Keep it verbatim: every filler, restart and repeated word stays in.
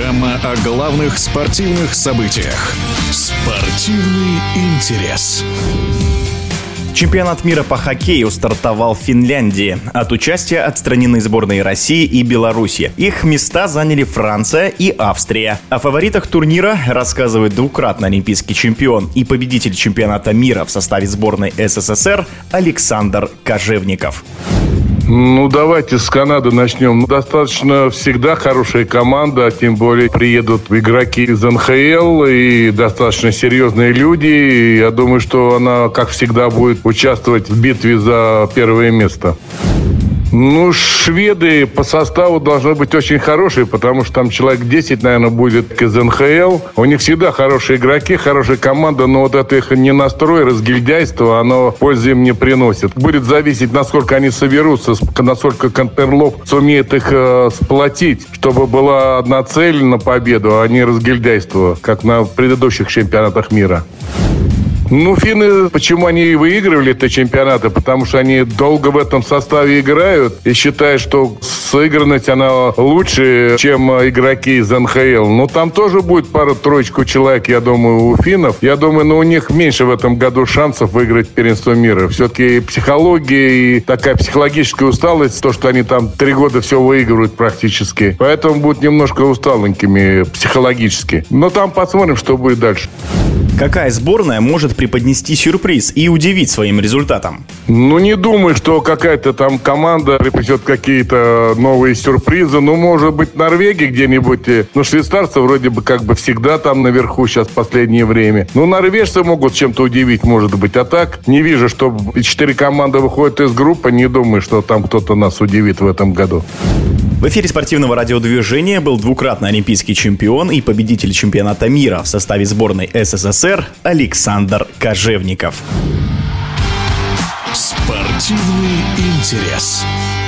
Программа о главных спортивных событиях. Спортивный интерес. Чемпионат мира по хоккею стартовал в Финляндии. От участия отстранены сборные России и Беларуси. Их места заняли Франция и Австрия. О фаворитах турнира рассказывает двукратный олимпийский чемпион и победитель чемпионата мира в составе сборной СССР Александр Кожевников. Ну, давайте с Канады начнем. Достаточно всегда хорошая команда, тем более приедут игроки из эн ха эл и достаточно серьезные люди. Я думаю, что она, как всегда, будет участвовать в битве за первое место. Ну, шведы по составу должны быть очень хорошие, потому что там человек десять, наверное, будет из эн ха эл. У них всегда хорошие игроки, хорошая команда, но вот это их ненастрой, разгильдяйство, оно пользы им не приносит. Будет зависеть, насколько они соберутся, насколько Контерлов сумеет их э, сплотить, чтобы была одна цель на победу, а не разгильдяйство, как на предыдущих чемпионатах мира. Ну, финны, почему они и выигрывали эти чемпионаты? Потому что они долго в этом составе играют и считают, что сыгранность, она лучше, чем игроки из эн ха эл. Но там тоже будет пара-троечку человек, я думаю, у финнов. Я думаю, ну, у них меньше в этом году шансов выиграть первенство мира. Все-таки психология и такая психологическая усталость, то, что они там три года все выигрывают практически. Поэтому будут немножко усталенькими психологически. Но там посмотрим, что будет дальше. Какая сборная может преподнести сюрприз и удивить своим результатом? Ну, не думаю, что какая-то там команда преподнесет какие-то новые сюрпризы. Ну, может быть, Норвегия где-нибудь. Ну, швейцарцы вроде бы как бы всегда там наверху сейчас в последнее время. Ну, норвежцы могут чем-то удивить, может быть. А так, не вижу, что четыре команды выходят из группы. Не думаю, что там кто-то нас удивит в этом году. В эфире спортивного радиодвижения был двукратный олимпийский чемпион и победитель чемпионата мира в составе сборной эс эс эс эр Александр Кожевников. Спортивный интерес.